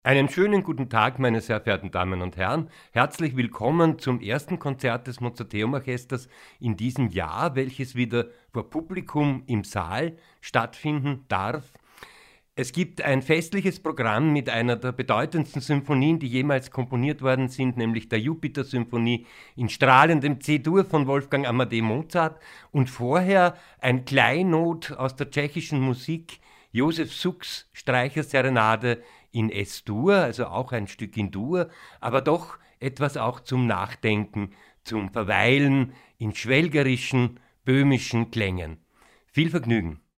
Einen schönen guten Tag, meine sehr verehrten Damen und Herren. Herzlich willkommen zum ersten Konzert des Mozarteum-Orchesters in diesem Jahr, welches wieder vor Publikum im Saal stattfinden darf. Es gibt ein festliches Programm mit einer der bedeutendsten Symphonien, die jemals komponiert worden sind, nämlich der Jupiter-Symphonie in strahlendem C-Dur von Wolfgang Amadeus Mozart, und vorher ein Kleinod aus der tschechischen Musik, Josef Sukks Streicherserenade in S-Dur, also auch ein Stück in Dur, aber doch etwas auch zum Nachdenken, zum Verweilen in schwelgerischen, böhmischen Klängen. Viel Vergnügen!